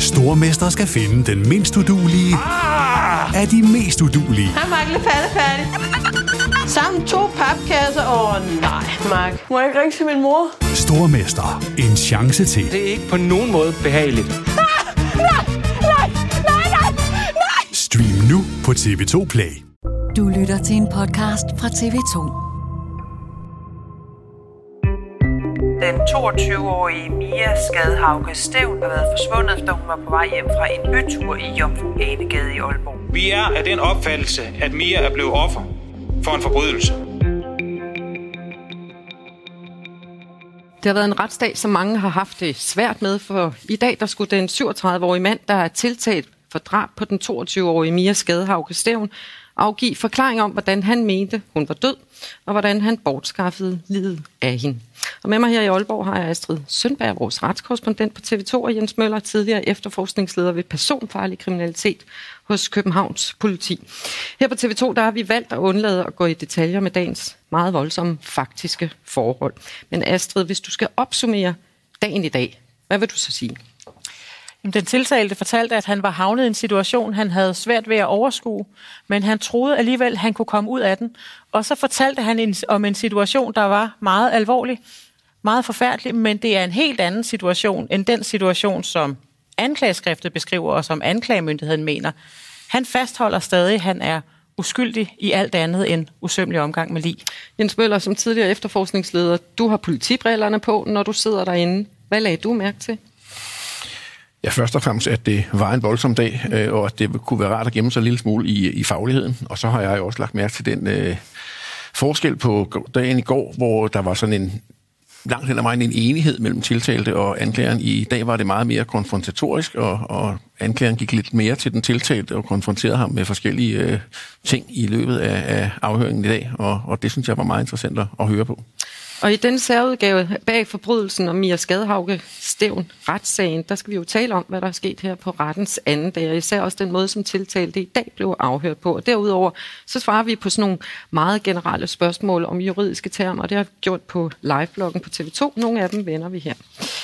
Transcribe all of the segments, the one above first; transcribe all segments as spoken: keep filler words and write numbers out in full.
Stormester skal finde den mindst uduelige ah! af de mest uduelige. Hej, Mark. Lidt færdig. Sammen to papkasser. Åh, oh, nej, Mark. Må jeg ikke ringe til min mor? Stormester. En chance til. Det er ikke på nogen måde behageligt. Ah! Nej, nej, nej, nej, nej! Stream nu på T V to Play. Du lytter til en podcast fra T V to. Den toogtyve-årige Mia Skadhauge Stevn har været forsvundet, da hun var på vej hjem fra en bytur i Jomfru Anegade i Aalborg. Vi er af den opfattelse, at Mia er blevet offer for en forbrydelse. Det har været en retsdag, som mange har haft det svært med, for i dag der skulle den syvogtredive-årige mand, der er tiltalt for drab på den toogtyve-årige Mia Skadhauge Stevn, afgive forklaring om, hvordan han mente, hun var død, og hvordan han bortskaffede livet af hende. Og med mig her i Aalborg har jeg Astrid Sundberg, vores retskorrespondent på T V to, og Jens Møller, tidligere efterforskningsleder ved personfarlig kriminalitet hos Københavns Politi. Her på T V to der har vi valgt at undlade at gå i detaljer med dagens meget voldsomme faktiske forhold. Men Astrid, hvis du skal opsummere dagen i dag, hvad vil du så sige? Den tiltalte fortalte, at han var havnet i en situation, han havde svært ved at overskue, men han troede alligevel, at han kunne komme ud af den. Og så fortalte han en, om en situation, der var meget alvorlig, meget forfærdelig, men det er en helt anden situation end den situation, som anklageskriftet beskriver og som anklagemyndigheden mener. Han fastholder stadig, at han er uskyldig i alt andet end usømmelig omgang med lig. Jens Møller, som tidligere efterforskningsleder, du har politibrillerne på, når du sidder derinde. Hvad lagde du mærke til? Ja, først og fremmest, at det var en voldsom dag, øh, og at det kunne være rart at gemme sig en lille smule i, i fagligheden. Og så har jeg også lagt mærke til den øh, forskel på dagen i går, hvor der var sådan en langt hen ad vejen en enighed mellem tiltalte og anklageren. I dag var det meget mere konfrontatorisk, og, og anklageren gik lidt mere til den tiltalte og konfronterede ham med forskellige øh, ting i løbet af, af afhøringen i dag, og, og det synes jeg var meget interessant at, at høre på. Og i den særudgave bag forbrydelsen om Mia Skadhauge Stevn, retssagen, der skal vi jo tale om, hvad der er sket her på rettens anden dag, og især også den måde, som tiltalte i dag blev afhørt på. Og derudover, så svarer vi på sådan nogle meget generelle spørgsmål om juridiske termer, og det har vi gjort på livebloggen på T V to. Nogle af dem vender vi her.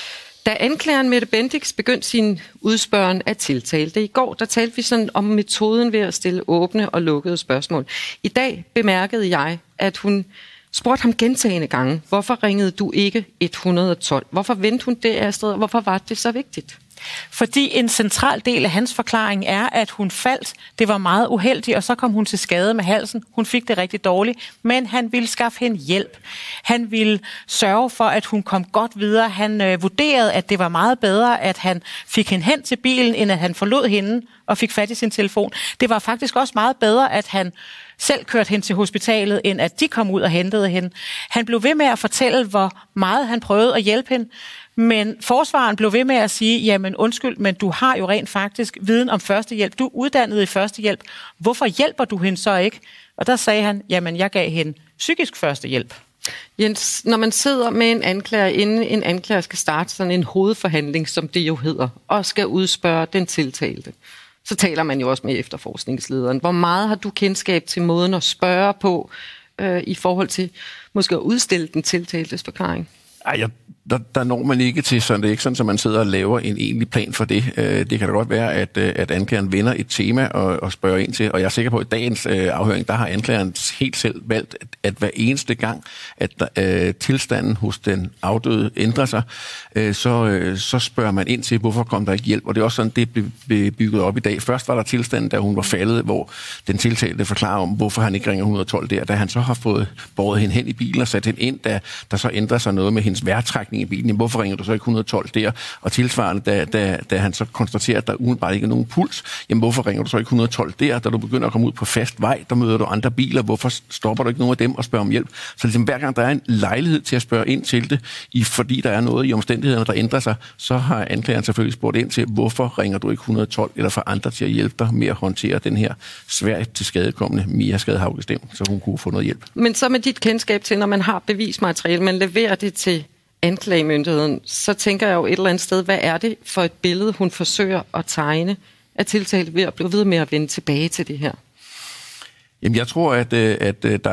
Da anklageren Mette Bendix begyndte sin udspørgen af tiltalte i går, der talte vi sådan om metoden ved at stille åbne og lukkede spørgsmål. I dag bemærkede jeg, at hun spurgte ham gentagne gange, hvorfor ringede du ikke et hundrede og tolv? Hvorfor vendte hun det, Astrid? Hvorfor var det så vigtigt? Fordi en central del af hans forklaring er, at hun faldt. Det var meget uheldigt, og så kom hun til skade med halsen. Hun fik det rigtig dårligt, men han ville skaffe hende hjælp. Han ville sørge for, at hun kom godt videre. Han øh, vurderede, at det var meget bedre, at han fik hende hen til bilen, end at han forlod hende og fik fat i sin telefon. Det var faktisk også meget bedre, at han selv kørte hen til hospitalet, end at de kom ud og hentede hende. Han blev ved med at fortælle, hvor meget han prøvede at hjælpe hende, men forsvaren blev ved med at sige, jamen undskyld, men du har jo rent faktisk viden om førstehjælp. Du er uddannet i førstehjælp. Hvorfor hjælper du hende så ikke? Og der sagde han, jamen jeg gav hende psykisk førstehjælp. Jens, når man sidder med en anklager, inden en anklager skal starte sådan en hovedforhandling, som det jo hedder, og skal udspørge den tiltalte, så taler man jo også med efterforskningslederen. Hvor meget har du kendskab til måden at spørge på, øh, i forhold til måske at udstille den tiltaltes forklaring? Ej, jeg, der, der når man ikke til sådan, det er ikke sådan, at man sidder og laver en egentlig plan for det. Øh, det kan da godt være, at, at anklageren vender et tema og, og spørger ind til, og jeg er sikker på, at i dagens øh, afhøring, der har anklageren helt selv valgt, at, at hver eneste gang, at øh, tilstanden hos den afdøde ændrer sig, øh, så, øh, så spørger man ind til, hvorfor kom der ikke hjælp, og det er også sådan, det blev bygget op i dag. Først var der tilstanden, da hun var faldet, hvor den tiltalte forklarer om, hvorfor han ikke ringer et hundrede og tolv der, da han så har fået båret hende hen i bilen og sat hende ind, da der så ændrer sig noget med hendes vejrtrækning i bilen. Jamen, hvorfor ringer du så ikke et hundrede og tolv der? Og tilsvarende, da, da, da han så konstaterer, at der umiddelbart ikke er nogen puls, jamen hvorfor ringer du så ikke et hundrede og tolv der? Da du begynder at komme ud på fast vej, der møder du andre biler, hvorfor stopper du ikke nogen af dem og spørger om hjælp? Så ligesom hver gang der er en lejlighed til at spørge ind til det, i, fordi der er noget i omstændighederne, der ændrer sig, så har anklageren selvfølgelig spurgt ind til, hvorfor ringer du ikke et hundrede og tolv, eller for andre til at hjælpe dig med at håndtere den her svært til skadekommende Mia Skadhauge Stevn, så hun kunne få noget hjælp. Men så med dit kendskab til, når man har bevismateriale, man leverer det til anklagemyndigheden, så tænker jeg jo et eller andet sted, hvad er det for et billede, hun forsøger at tegne af tiltalte ved at blive ved med at vende tilbage til det her? Jamen, jeg tror, at, at der er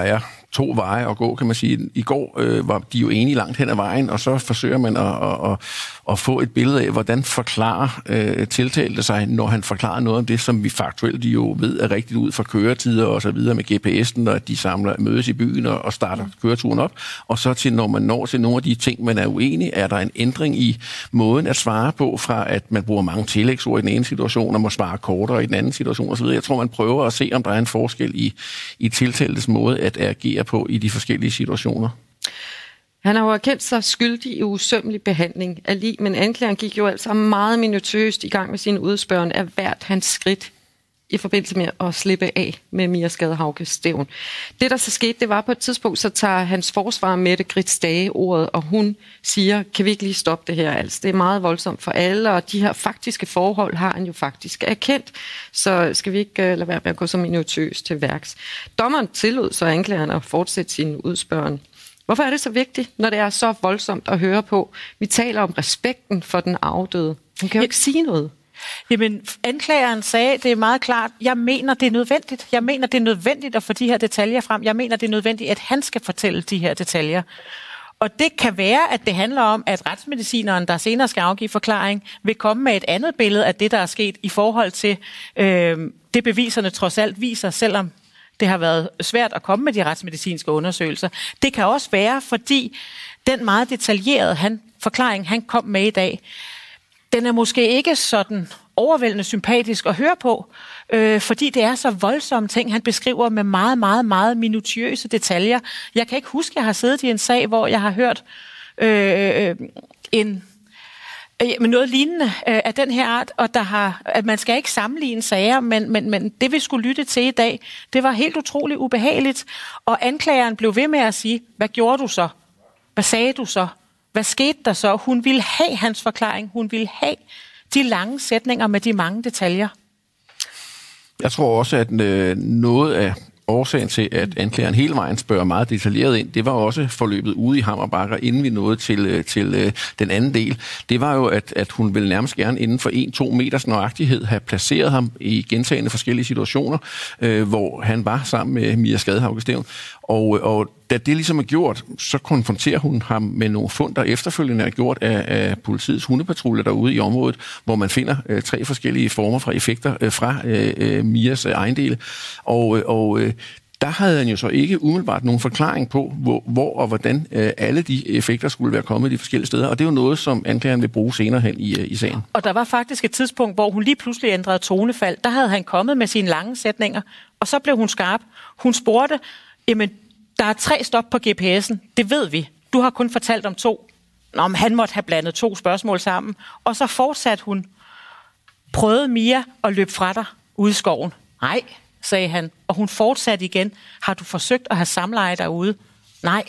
to veje at gå, kan man sige. I går øh, var de jo enige langt hen ad vejen, og så forsøger man at, at, at, at få et billede af, hvordan forklarer øh, tiltalte sig, når han forklarer noget om det, som vi faktuelt jo ved er rigtigt ud fra køretider og så videre med G P S'en, og de samler mødes i byen og, og starter køreturen op. Og så til, når man når til nogle af de ting, man er uenig, er der en ændring i måden at svare på, fra at man bruger mange tillægsord i den ene situation, og må svare kortere i den anden situation osv. Jeg tror, man prøver at se, om der er en forskel i, i tiltaltes måde at agere på i de forskellige situationer. Han har jo erkendt sig skyldig i usømmelig behandling af lig, men anklageren gik jo altså meget minutiøst i gang med sin udspørgen af hvert hans skridt i forbindelse med at slippe af med Mia Skadehauge Stevn. Det, der så skete, det var på et tidspunkt, så tager hans forsvarer Mette Grits Dage ordet, og hun siger, kan vi ikke lige stoppe det her? Altså, det er meget voldsomt for alle, og de her faktiske forhold har han jo faktisk erkendt, så skal vi ikke uh, lade være med at gå så minutiøst til værks. Dommeren tillod så anklageren at fortsætte sin udspørgen. Hvorfor er det så vigtigt, når det er så voldsomt at høre på? Vi taler om respekten for den afdøde. Han kan jo ikke sige noget. Jamen, anklageren sagde, det er meget klart, jeg mener, det er nødvendigt. Jeg mener, det er nødvendigt at få de her detaljer frem. Jeg mener, det er nødvendigt, at han skal fortælle de her detaljer. Og det kan være, at det handler om, at retsmedicineren, der senere skal afgive forklaring, vil komme med et andet billede af det, der er sket i forhold til øh, det, beviserne trods alt viser, selvom det har været svært at komme med de retsmedicinske undersøgelser. Det kan også være, fordi den meget detaljerede han, forklaring, han kom med i dag, den er måske ikke sådan overvældende sympatisk at høre på, øh, fordi det er så voldsomme ting, han beskriver med meget, meget, meget minutiøse detaljer. Jeg kan ikke huske, at jeg har siddet i en sag, hvor jeg har hørt øh, en... Men noget lignende øh, af den her art, og der har, at man skal ikke sammenligne sager, men, men, men det vi skulle lytte til i dag, det var helt utroligt ubehageligt, og anklageren blev ved med at sige, hvad gjorde du så? Hvad sagde du så? Hvad skete der så? Hun ville have hans forklaring, hun ville have de lange sætninger med de mange detaljer. Jeg tror også, at øh, noget af årsagen til, at anklageren hele vejen spørger meget detaljeret ind, det var også forløbet ude i Hammer Bakker, inden vi nåede til, til øh, den anden del. Det var jo, at, at hun ville nærmest gerne inden for en til to meters nøjagtighed have placeret ham i gentagende forskellige situationer, øh, hvor han var sammen med Mia Skadehauge Stevn. Og, og da det ligesom er gjort, så konfronterer hun ham med nogle fund, der efterfølgende er gjort af, af politiets hundepatruljer derude i området, hvor man finder øh, tre forskellige former fra effekter øh, fra øh, Mias øh, ejendele. Og, og øh, der havde han jo så ikke umiddelbart nogen forklaring på, hvor, hvor og hvordan øh, alle de effekter skulle være kommet de forskellige steder. Og det er jo noget, som anklageren vil bruge senere hen i, øh, i sagen. Og der var faktisk et tidspunkt, hvor hun lige pludselig ændrede tonefald. Der havde han kommet med sine lange sætninger, og så blev hun skarp. Hun spurgte, jamen, der er tre stop på G P S'en, det ved vi. Du har kun fortalt om to. Nå, om han måtte have blandet to spørgsmål sammen. Og så fortsatte hun. Prøvede Mia at løbe fra dig ude i skoven? Nej, sagde han. Og hun fortsatte igen. Har du forsøgt at have samleje derude? Nej.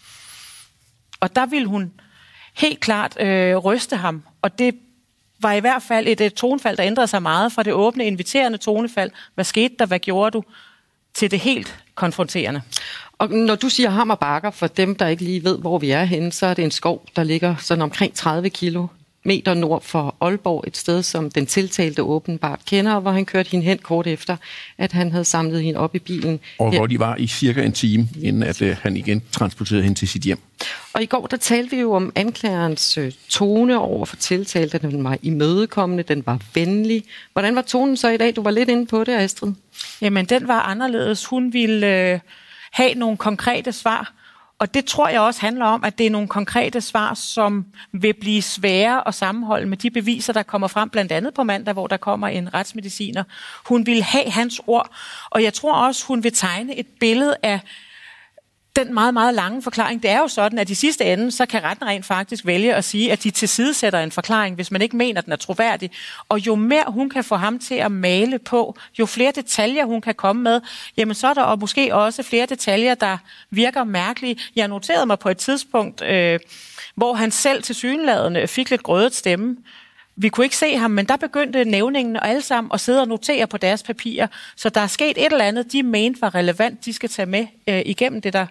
Og der ville hun helt klart øh, ryste ham. Og det var i hvert fald et, et tonefald, der ændrede sig meget fra det åbne, inviterende tonefald. Hvad skete der? Hvad gjorde du? Til det helt konfronterende. Og når du siger Hammer Bakker, for dem, der ikke lige ved, hvor vi er henne, så er det en skov, der ligger sådan omkring tredive kilometer nord for Aalborg, et sted, som den tiltalte åbenbart kender, hvor han kørte hende hen kort efter, at han havde samlet hende op i bilen. Og hvor de var i cirka en time, inden at uh, han igen transporterede hende til sit hjem. Og i går, der talte vi jo om anklagerens øh, tone over for tiltalte. Den var imødekommende, den var venlig. Hvordan var tonen så i dag? Du var lidt inde på det, Astrid. Jamen, den var anderledes. Hun ville øh, have nogle konkrete svar. Og det tror jeg også handler om, at det er nogle konkrete svar, som vil blive svære at sammenholde med de beviser, der kommer frem, blandt andet på mandag, hvor der kommer en retsmediciner. Hun vil have hans ord, og jeg tror også, hun vil tegne et billede af den meget, meget lange forklaring. Det er jo sådan, at i sidste ende, så kan retten rent faktisk vælge at sige, at de tilsidesætter en forklaring, hvis man ikke mener, at den er troværdig. Og jo mere hun kan få ham til at male på, jo flere detaljer hun kan komme med, jamen så er der og måske også flere detaljer, der virker mærkelige. Jeg noterede mig på et tidspunkt, øh, hvor han selv tilsyneladende fik lidt grødet stemme. Vi kunne ikke se ham, men der begyndte nævningen og alle sammen at sidde og notere på deres papirer. Så der er sket et eller andet, de mente var relevant, de skal tage med øh, igennem det, der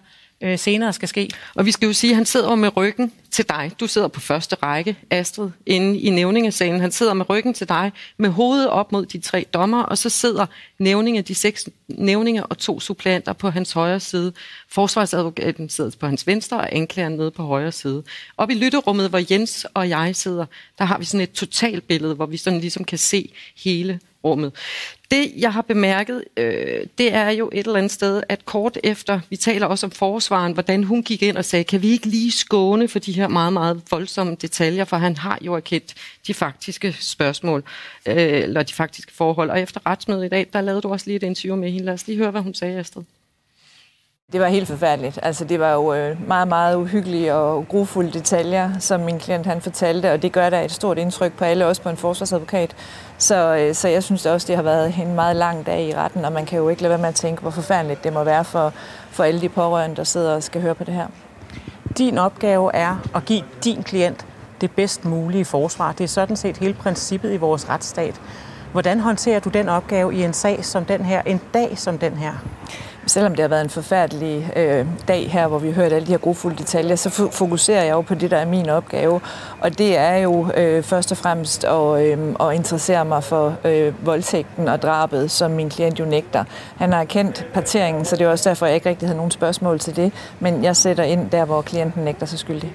øh, senere skal ske. Og vi skal jo sige, at han sidder med ryggen til dig. Du sidder på første række, Astrid, inde i nævningesalen. Han sidder med ryggen til dig, med hovedet op mod de tre dommer, og så sidder nævninge, de seks nævninger og to suppleanter på hans højre side. Forsvarsadvokaten sidder på hans venstre, og anklageren nede på højre side. Op i lytterummet, hvor Jens og jeg sidder, der har vi sådan et totalbillede, hvor vi sådan ligesom kan se hele rummet. Det, jeg har bemærket, øh, det er jo et eller andet sted, at kort efter, vi taler også om forsvaren, hvordan hun gik ind og sagde, kan vi ikke lige skåne for de her meget, meget voldsomme detaljer, for han har jo erkendt de faktiske spørgsmål, øh, eller de faktiske forhold. Og efter retsmødet i dag, der lavede du også lige et interview med hende. Lad os lige høre, hvad hun sagde, Astrid. Det var helt forfærdeligt. Altså, det var jo meget, meget uhyggelige og grufulde detaljer, som min klient han fortalte, og det gør der et stort indtryk på alle, også på en forsvarsadvokat. Så, så jeg synes også, det har været en meget lang dag i retten, og man kan jo ikke lade være med at tænke, hvor forfærdeligt det må være for, for alle de pårørende, der sidder og skal høre på det her. Din opgave er at give din klient det bedst mulige forsvar. Det er sådan set hele princippet i vores retsstat. Hvordan håndterer du den opgave i en sag som den her, en dag som den her? Selvom det har været en forfærdelig øh, dag her, hvor vi har hørt alle de her grufulde detaljer, så f- fokuserer jeg jo på det, der er min opgave. Og det er jo øh, først og fremmest at, øh, at interessere mig for øh, voldtægten og drabet, som min klient jo nægter. Han har kendt parteringen, så det er også derfor, jeg ikke rigtig havde nogen spørgsmål til det. Men jeg sætter ind der, hvor klienten nægter sig skyldig.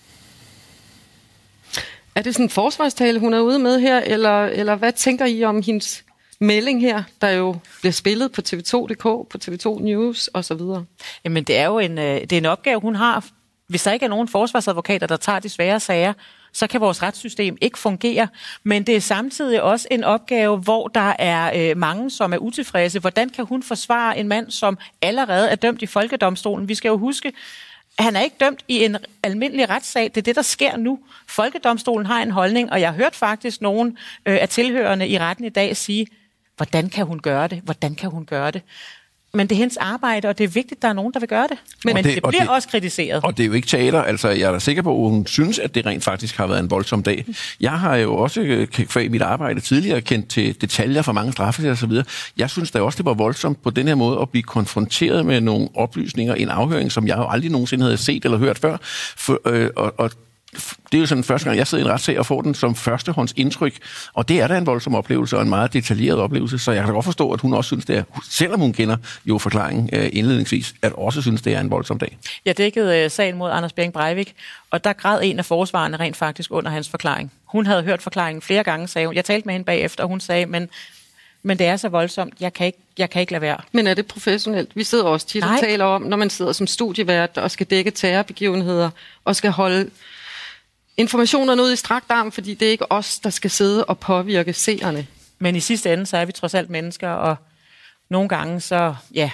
Er det sådan en forsvarstale, hun er ude med her, eller, eller hvad tænker I om hendes melding her, der jo bliver spillet på T V to punktum d k, på T V to News osv.? Jamen, det er jo en, det er en opgave, hun har. Hvis der ikke er nogen forsvarsadvokater, der tager de svære sager, så kan vores retssystem ikke fungere. Men det er samtidig også en opgave, hvor der er øh, mange, som er utilfredse. Hvordan kan hun forsvare en mand, som allerede er dømt i Folkedomstolen? Vi skal jo huske, han er ikke dømt i en almindelig retssag. Det er det, der sker nu. Folkedomstolen har en holdning, og jeg har hørt faktisk nogen øh, af tilhørende i retten i dag sige, hvordan kan hun gøre det? Hvordan kan hun gøre det? Men det er hendes arbejde, og det er vigtigt, at der er nogen, der vil gøre det. Men, men det, det bliver det, også kritiseret. Og det er jo ikke teater. Altså, jeg er da sikker på, at hun synes, at det rent faktisk har været en voldsom dag. Jeg har jo også kvæg mit arbejde tidligere kendt til detaljer fra mange straffesager og så videre. Jeg synes da også, det var voldsomt på den her måde at blive konfronteret med nogle oplysninger i en afhøring, som jeg jo aldrig nogensinde havde set eller hørt før. For, øh, og, og det er jo sådan første gang, jeg sidder i en retssag og får den som førstehåndsindtryk, og det er da en voldsom oplevelse og en meget detaljeret oplevelse, så jeg kan da godt forstå, at hun også synes, det er, selvom hun kender jo forklaringen øh, indledningsvis, at også synes, det er en voldsom dag. Jeg dækkede øh, sagen mod Anders Bering Breivik, og der græd en af forsvarerne rent faktisk under hans forklaring. Hun havde hørt forklaringen flere gange, sagde hun. Jeg talte med hende bagefter, og hun sagde, men Men det er så voldsomt, jeg kan ikke, jeg kan ikke lade være. Men er det professionelt? Vi sidder også tit og taler om, når man sidder som studievært og skal dække terrorbegivenheder og skal holde informationerne ud i strakt arm, fordi det er ikke os, der skal sidde og påvirke seerne. Men i sidste ende, så er vi trods alt mennesker, og nogle gange, så, ja,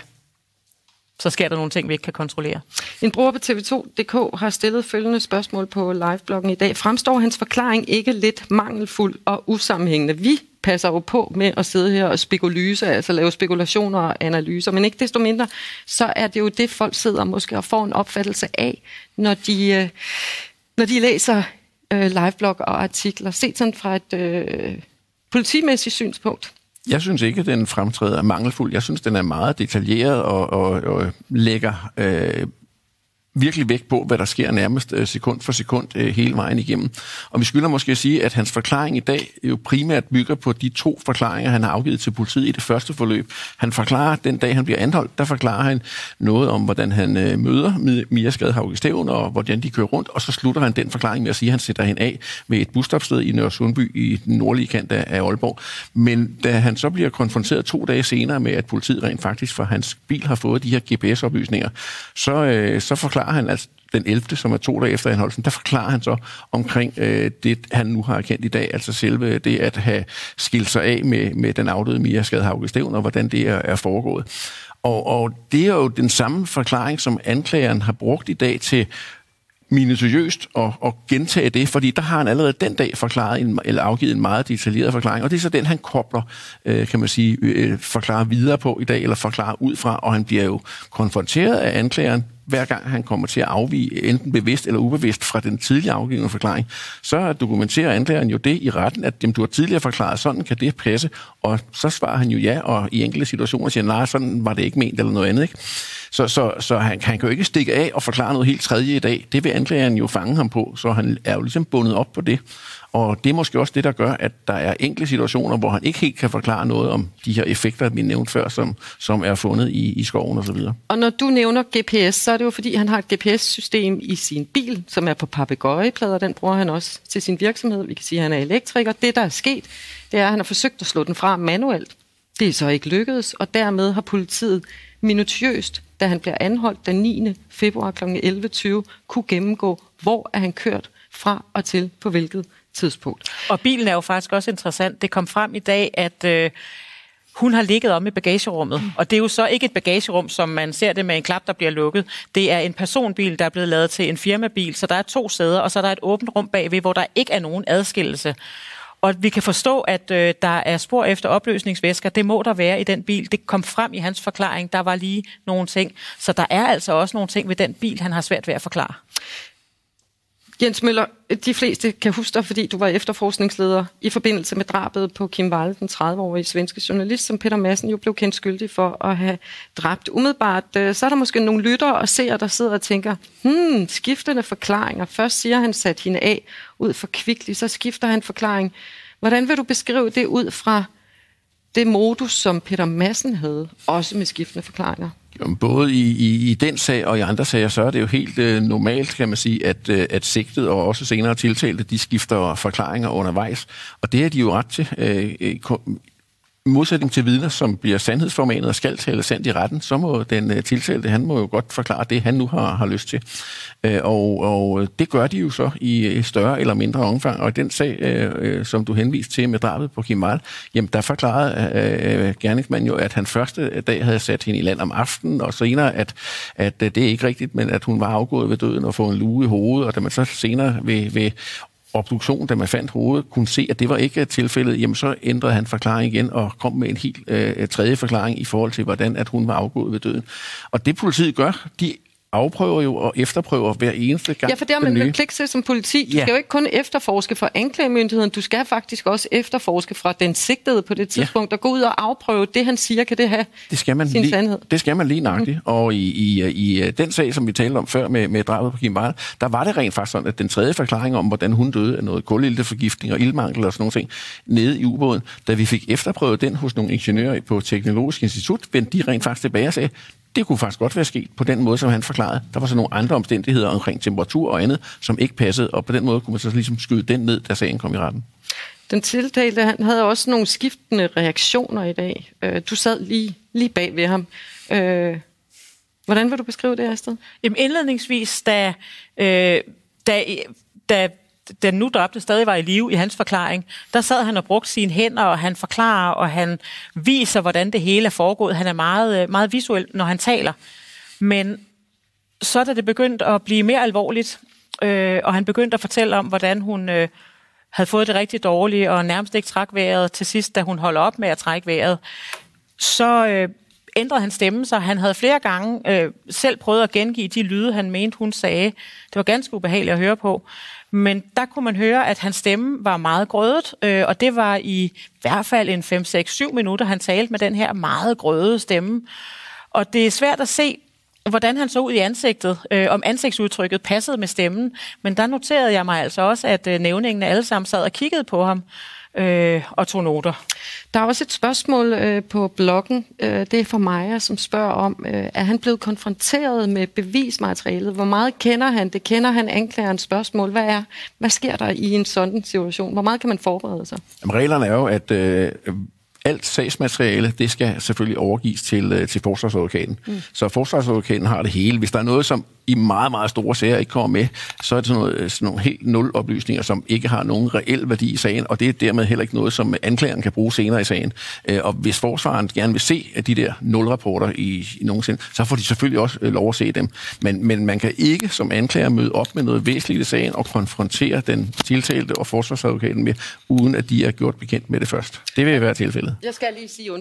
så sker der nogle ting, vi ikke kan kontrollere. En bruger på T V to punktum d k har stillet følgende spørgsmål på livebloggen i dag. Fremstår hans forklaring ikke lidt mangelfuld og usammenhængende? Vi passer jo på med at sidde her og spekulyse, altså lave spekulationer og analyser, men ikke desto mindre, så er det jo det, folk sidder måske og får en opfattelse af, når de, når de læser øh, liveblog og artikler. Set sådan fra et øh, politimæssigt synspunkt. Jeg synes ikke, at den fremtræder mangelfuld. Jeg synes, den er meget detaljeret og, og, og lægger øh, virkelig vægt på, hvad der sker nærmest sekund for sekund hele vejen igennem. Og vi skylder måske at sige, at hans forklaring i dag jo primært bygger på de to forklaringer, han har afgivet til politiet i det første forløb. Han forklarer, den dag han bliver anholdt, der forklarer han noget om, hvordan han møder Mia Skadhauge Stevn, og hvordan de kører rundt, og så slutter han den forklaring med at sige, at han sætter hende af ved et busstopsted i Nørre Sundby i den nordlige kant af Aalborg. Men da han så bliver konfronteret to dage senere med, at politiet rent faktisk fra hans bil har fået de her G P S-oplysninger, så, øh, så forklarer han altså den ellevte, som er to dage efter anholdelsen, der forklarer han så omkring øh, det, han nu har erkendt i dag, altså selve det at have skilt sig af med, med den afdøde Mia Skadhauge Stevn, og hvordan det er, er foregået. Og, og det er jo den samme forklaring, som anklageren har brugt i dag til minutiøst og, og gentage det, fordi der har han allerede den dag forklaret en, eller afgivet en meget detaljeret forklaring, og det er så den, han kobler, øh, kan man sige, øh, forklarer videre på i dag, eller forklarer ud fra, og han bliver jo konfronteret af anklageren, hver gang han kommer til at afvige, enten bevidst eller ubevidst, fra den tidligere afgivende forklaring, så dokumenterer anklageren jo det i retten, at dem, du har tidligere forklaret, sådan kan det passe, og så svarer han jo ja, og i enkelte situationer siger, nej, sådan var det ikke ment, eller noget andet, ikke? Så, så, så han, han kan jo ikke stikke af og forklare noget helt tredje i dag. Det vil anklageren jo fange ham på, så han er jo ligesom bundet op på det. Og det er måske også det, der gør, at der er enkelte situationer, hvor han ikke helt kan forklare noget om de her effekter, vi nævnte før, som, som er fundet i, i skoven osv. Og når du nævner G P S, så er det jo fordi, han har et G P S-system i sin bil, som er på papegøjeplader. Den bruger han også til sin virksomhed. Vi kan sige, at han er elektriker. Det, der er sket, det er, at han har forsøgt at slå den fra manuelt. Det er så ikke lykkedes, og dermed har politiet minutiøst, da han bliver anholdt den niende februar kl. elleve tyve, kunne gennemgå, hvor er han kørt fra og til på hvilket tidspunkt. Og bilen er jo faktisk også interessant. Det kom frem i dag, at øh, hun har ligget om i bagagerummet. Mm. Og det er jo så ikke et bagagerum, som man ser det med en klap, der bliver lukket. Det er en personbil, der er blevet lavet til en firmabil, så der er to sæder, og så er der et åbent rum bagved, hvor der ikke er nogen adskillelse. Og vi kan forstå, at øh, der er spor efter opløsningsvæsker. Det må der være i den bil. Det kom frem i hans forklaring. Der var lige nogle ting. Så der er altså også nogle ting ved den bil, han har svært ved at forklare. Jens Møller, de fleste kan huske dig, fordi du var efterforskningsleder i forbindelse med drabet på Kim Wall, den tredive-årige svenske journalist, som Peter Madsen jo blev kendt skyldig for at have dræbt. Umiddelbart, så er der måske nogle lyttere og seere, der sidder og tænker, hmm, skiftende forklaringer. Først siger han sat hende af ud for kvickly, så skifter han forklaring. Hvordan vil du beskrive det ud fra det modus, som Peter Madsen havde, også med skiftende forklaringer? Både i, i, i den sag og i andre sager, så er det jo helt øh, normalt, kan man sige, at, øh, at sigtet og også senere tiltalte, de skifter forklaringer undervejs. Og det er de jo ret til. Øh, I modsætning til vidner, som bliver sandhedsformanet og skal tale sandt i retten, så må den uh, tiltalte, han må jo godt forklare det, han nu har, har lyst til. Uh, og, og det gør de jo så i større eller mindre omfang. Og i den sag, uh, som du henviste til med drabet på Kim Wall, jamen der forklarede uh, gerningsmanden jo, at han første dag havde sat hende i land om aftenen, og senere, at, at uh, det er ikke rigtigt, men at hun var afgået ved døden og fået en lue i hovedet, og da man så senere ved, ved obduktion, da man fandt hovedet, kunne se, at det var ikke tilfældet, jamen så ændrede han forklaring igen og kom med en helt øh, tredje forklaring i forhold til, hvordan at hun var afgået ved døden. Og det politiet gør, de afprøver jo og efterprøver hver eneste gang. Ja, for det har man jo pligt til som politi. Du ja. skal jo ikke kun efterforske fra anklagemyndigheden, du skal faktisk også efterforske fra den sigtede på det tidspunkt, ja. og gå ud og afprøve det, han siger, kan det have det skal man sin lige, sandhed. Det skal man lige nøjagtigt. Mm. Og i, i, i den sag, som vi talte om før med, med drabet på Kim Wall, der var det rent faktisk sådan, at den tredje forklaring om, hvordan hun døde af noget kulilteforgiftning og ildmangel og sådan nogle ting, nede i ubåden, da vi fik efterprøvet den hos nogle ingeniører på Teknologisk Institut, vendte de rent faktisk tilbage og sagde, det kunne faktisk godt være sket på den måde, som han forklarede. Der var så nogle andre omstændigheder omkring temperatur og andet, som ikke passede, og på den måde kunne man så ligesom skyde den ned, da sagen kom i retten. Den tiltalte, han havde også nogle skiftende reaktioner i dag. Du sad lige, lige bag ved ham. Hvordan vil du beskrive det, Astrid? Jamen indledningsvis, da, øh, da, da den nu dræbte stadig var i live i hans forklaring, der sad han og brugte sine hænder, og han forklarer, og han viser, hvordan det hele er foregået. Han er meget, meget visuel, når han taler. Men så da det begyndte at blive mere alvorligt, øh, og han begyndte at fortælle om, hvordan hun øh, havde fået det rigtig dårligt, og nærmest ikke trak vejret til sidst, da hun holder op med at trække vejret, så øh, ændrede han stemmen sig. Han havde flere gange øh, selv prøvet at gengive de lyde, han mente, hun sagde. Det var ganske ubehageligt at høre på. Men der kunne man høre, at hans stemme var meget grødet, øh, og det var i hvert fald en fem, seks, syv minutter, han talte med den her meget grøde stemme. Og det er svært at se, hvordan han så ud i ansigtet, øh, om ansigtsudtrykket passede med stemmen. Men der noterede jeg mig altså også, at øh, nævningene alle sammen sad og kiggede på ham øh, og tog noter. Der er også et spørgsmål øh, på bloggen. Øh, det er fra Maja, som spørger om, øh, er han blevet konfronteret med bevismaterialet? Hvor meget kender han det? Kender han anklagerens spørgsmål? Hvad er, hvad sker der i en sådan situation? Hvor meget kan man forberede sig? Jamen, reglerne er jo, at øh, alt sagsmateriale, det skal selvfølgelig overgives til, øh, til forsvarsadvokaten. Mm. Så forsvarsadvokaten har det hele. Hvis der er noget, som i meget, meget store sager ikke kommer med, så er det sådan, noget, sådan nogle helt nul oplysninger, som ikke har nogen reel værdi i sagen, og det er dermed heller ikke noget, som anklageren kan bruge senere i sagen. Og hvis forsvaren gerne vil se de der nul-rapporter i, i nogensinde, så får de selvfølgelig også lov at se dem. Men, men man kan ikke som anklager møde op med noget væsentligt i sagen og konfrontere den tiltalte og forsvarsadvokaten med, uden at de er gjort bekendt med det først. Det vil være tilfældet. Jeg skal lige sige undskyld.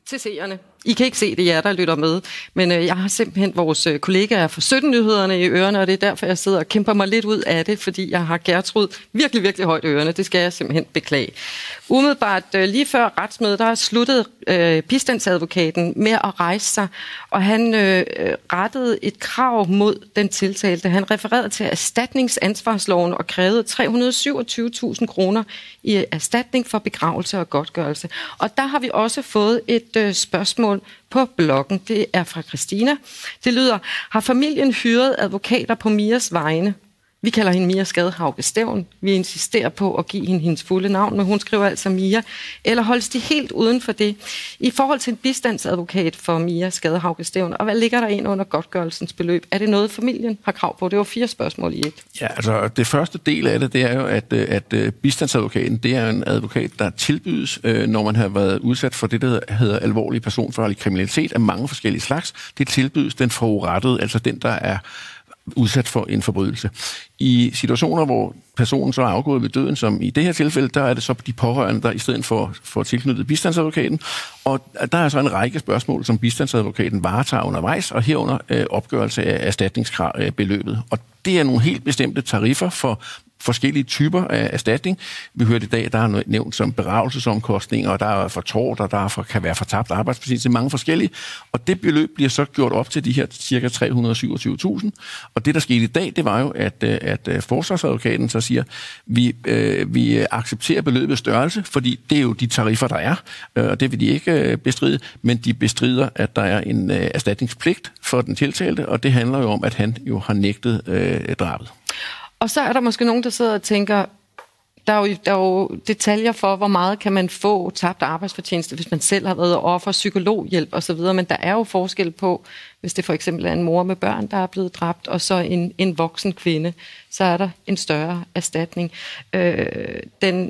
til seerne. I kan ikke se det, jer der lytter med, men øh, jeg har simpelthen vores øh, kollegaer fra sytten-nyhederne i ørerne, og det er derfor, jeg sidder og kæmper mig lidt ud af det, fordi jeg har Gertrud virkelig, virkelig højt i ørerne. Det skal jeg simpelthen beklage. Umiddelbart øh, lige før retsmødet, der har sluttet øh, bistandsadvokaten med at rejse sig, og han øh, rettede et krav mod den tiltalte. Han refererede til erstatningsansvarsloven og krævede tre hundrede og syvogtyve tusind kroner i erstatning for begravelse og godtgørelse. Og der har vi også fået et øh, spørgsmål på bloggen. Det er fra Christina. Det lyder: har familien hyret advokater på Mias vegne? Vi kalder hende Mia Skadhauge Stævn. Vi insisterer på at give hende hendes fulde navn, men hun skriver altså Mia. Eller holdes de helt uden for det? I forhold til en bistandsadvokat for Mia Skadhauge Stævn, og hvad ligger der ind under godtgørelsens beløb? Er det noget, familien har krav på? Det var fire spørgsmål i et. Ja, altså det første del af det, det er jo, at, at bistandsadvokaten, det er en advokat, der tilbydes, når man har været udsat for det, der hedder alvorlig personfarlig kriminalitet af mange forskellige slags. Det tilbydes den forurettede, altså den, der er udsat for en forbrydelse. I situationer, hvor personen så er afgået ved døden, som i det her tilfælde, der er det så de pårørende, der i stedet for, for tilknyttet bistandsadvokaten. Og der er så en række spørgsmål, som bistandsadvokaten varetager undervejs, og herunder øh, opgørelse af erstatningsbeløbet. Og det er nogle helt bestemte tariffer for forskellige typer af erstatning. Vi hørte i dag, der er nævnt som beravelsesomkostninger, og der er for tort, og der er for, kan være for tabt arbejdsfortjeneste, mange forskellige. Og det beløb bliver så gjort op til de her cirka tre hundrede og syvogtyve tusind. Og det, der skete i dag, det var jo, at, at forsvarsadvokaten så siger, vi, øh, vi accepterer beløbets størrelse, fordi det er jo de tariffer, der er, og det vil de ikke bestride, men de bestrider, at der er en øh, erstatningspligt for den tiltalte, og det handler jo om, at han jo har nægtet øh, drabet. Og så er der måske nogen, der sidder og tænker, der er, jo, der er jo detaljer for, hvor meget kan man få tabt arbejdsfortjeneste, hvis man selv har været offer, psykologhjælp osv., men der er jo forskel på, hvis det for eksempel er en mor med børn, der er blevet dræbt, og så en, en voksen kvinde, så er der en større erstatning. Øh, den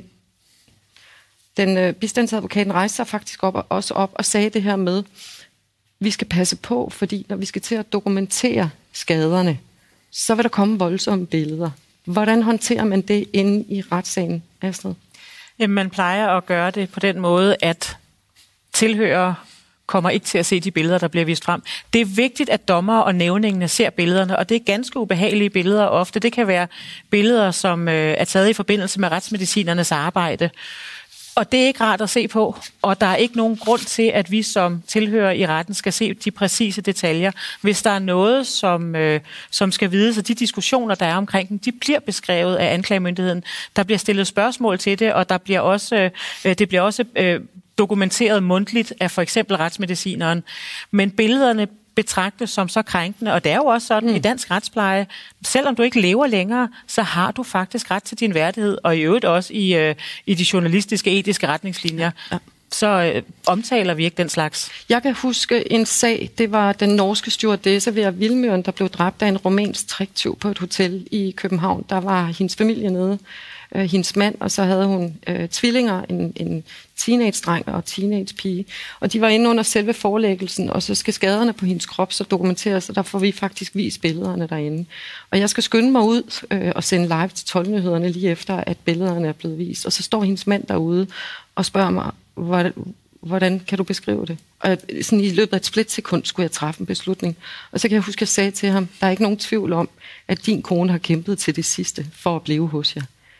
den øh, bistandsadvokaten rejste sig faktisk op og, også op og sagde det her med, vi skal passe på, fordi når vi skal til at dokumentere skaderne, så vil der komme voldsomme billeder. Hvordan håndterer man det inde i retssagen, Astrid? Jamen, man plejer at gøre det på den måde, at tilhører kommer ikke til at se de billeder, der bliver vist frem. Det er vigtigt, at dommere og nævningene ser billederne, og det er ganske ubehagelige billeder ofte. Det kan være billeder, som øh, er taget i forbindelse med retsmedicinernes arbejde. Og det er ikke rart at se på, og der er ikke nogen grund til, at vi som tilhører i retten skal se de præcise detaljer. Hvis der er noget, som, øh, som skal vides, og de diskussioner, der er omkring dem, de bliver beskrevet af anklagemyndigheden. Der bliver stillet spørgsmål til det, og der bliver også, øh, det bliver også øh, dokumenteret mundtligt af for eksempel retsmedicineren. Men billederne betragtes som så krænkende, og det er jo også sådan mm. i dansk retspleje, selvom du ikke lever længere, så har du faktisk ret til din værdighed, og i øvrigt også i, øh, i de journalistiske, etiske retningslinjer. Ja. Så øh, omtaler vi ikke den slags. Jeg kan huske en sag, det var den norske stewardesse Vera Vilmøren, der blev dræbt af en romansk tricktyv på et hotel i København. Der var hendes familie nede, øh, hendes mand, og så havde hun øh, tvillinger, en, en teenage-dreng og teenage-pige. Og de var inde under selve forelæggelsen, og så skal skaderne på hendes krop så dokumenteres, og der får vi faktisk vist billederne derinde. Og jeg skal skynde mig ud øh, og sende live til tolv-nyhederne lige efter, at billederne er blevet vist. Og så står hendes mand derude og spørger mig, hvordan, hvordan kan du beskrive det? Og sådan i løbet af et splitsekund skulle jeg træffe en beslutning. Og så kan jeg huske, at jeg sagde til ham, der er ikke nogen tvivl om, at din kone har kæmpet til det sidste for at blive hos jer.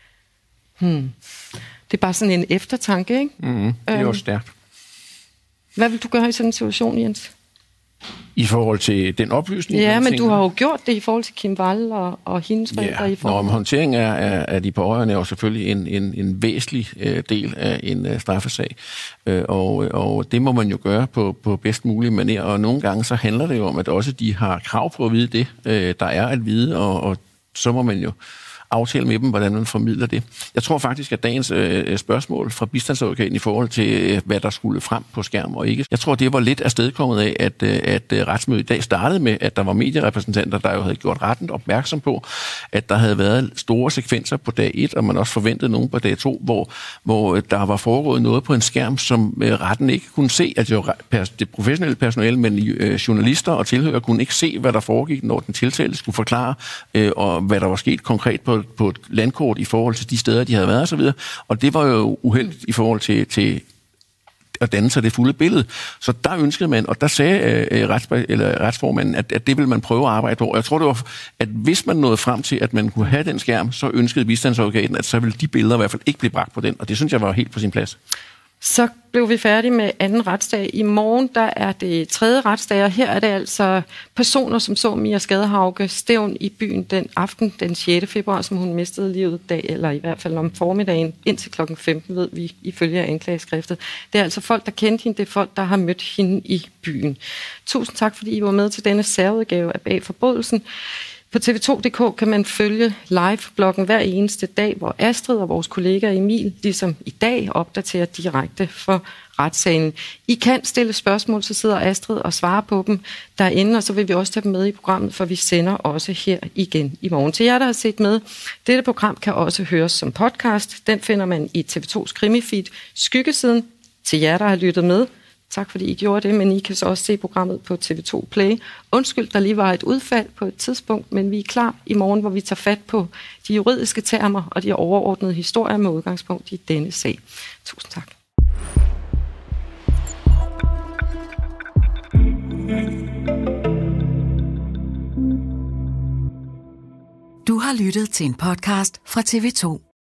Hmm. Det er bare sådan en eftertanke, ikke? Mm, det er øhm, også stærkt. Hvad vil du gøre i sådan en situation, Jens? I forhold til den oplysning? Ja, men tænker, du har jo gjort det i forhold til Kim Wall og, og hendes forældre. Ja, i forhold... Nå, håndtering af, af, af de pårørende er jo selvfølgelig en, en, en væsentlig øh, del af en øh, straffesag. Øh, og, og det må man jo gøre på, på bedst mulig manér. Og nogle gange så handler det jo om, at også de har krav på at vide det, øh, der er at vide, og, og så må man jo aftale med dem, hvordan man formidler det. Jeg tror faktisk, at dagens øh, spørgsmål fra bistandsadvokaten i forhold til, øh, hvad der skulle frem på skærm og ikke, jeg tror, det var lidt afstedkommet af, at, øh, at øh, retsmødet i dag startede med, at der var medierepræsentanter, der jo havde gjort retten opmærksom på, at der havde været store sekvenser på dag et, og man også forventede nogen på dag to, hvor, hvor der var foregået noget på en skærm, som øh, retten ikke kunne se. Altså det professionelle personale, men øh, journalister og tilhører kunne ikke se, hvad der foregik, når den tiltalte skulle forklare, øh, og hvad der var sket konkret på på et landkort i forhold til de steder, de havde været og så videre. Og det var jo uheldigt i forhold til, til at danne sig det fulde billede. Så der ønskede man, og der sagde øh, rets, eller retsformanden, at, at det ville man prøve at arbejde på. Og jeg tror, det var, at hvis man nåede frem til, at man kunne have den skærm, så ønskede bistandsadvokaten, at så ville de billeder i hvert fald ikke blive bragt på den. Og det synes jeg var helt på sin plads. Så blev vi færdige med anden retsdag. I morgen, der er det tredje retsdag, og her er det altså personer, som så Mia Skadehauge Stevn i byen den aften, den sjette februar, som hun mistede livet dag, eller i hvert fald om formiddagen, indtil klokken femten, ved vi, ifølge anklageskriftet. Det er altså folk, der kendte hende, det er folk, der har mødt hende i byen. Tusind tak, fordi I var med til denne særudgave af Bag Forbrydelsen. På T V to punktum d k kan man følge live-bloggen hver eneste dag, hvor Astrid og vores kollega Emil, ligesom i dag, opdaterer direkte for retssagen. I kan stille spørgsmål, så sidder Astrid og svarer på dem derinde, og så vil vi også tage dem med i programmet, for vi sender også her igen i morgen. Til jer, der har set med, dette program kan også høres som podcast. Den finder man i T V tos krimifeed Skyggesiden. Til jer, der har lyttet med, tak fordi I gjorde det, men I kan så også se programmet på T V to Play. Undskyld, der lige var et udfald på et tidspunkt, men vi er klar i morgen, hvor vi tager fat på de juridiske termer og de overordnede historier med udgangspunkt i denne sag. Tusind tak. Du har lyttet til en podcast fra T V to.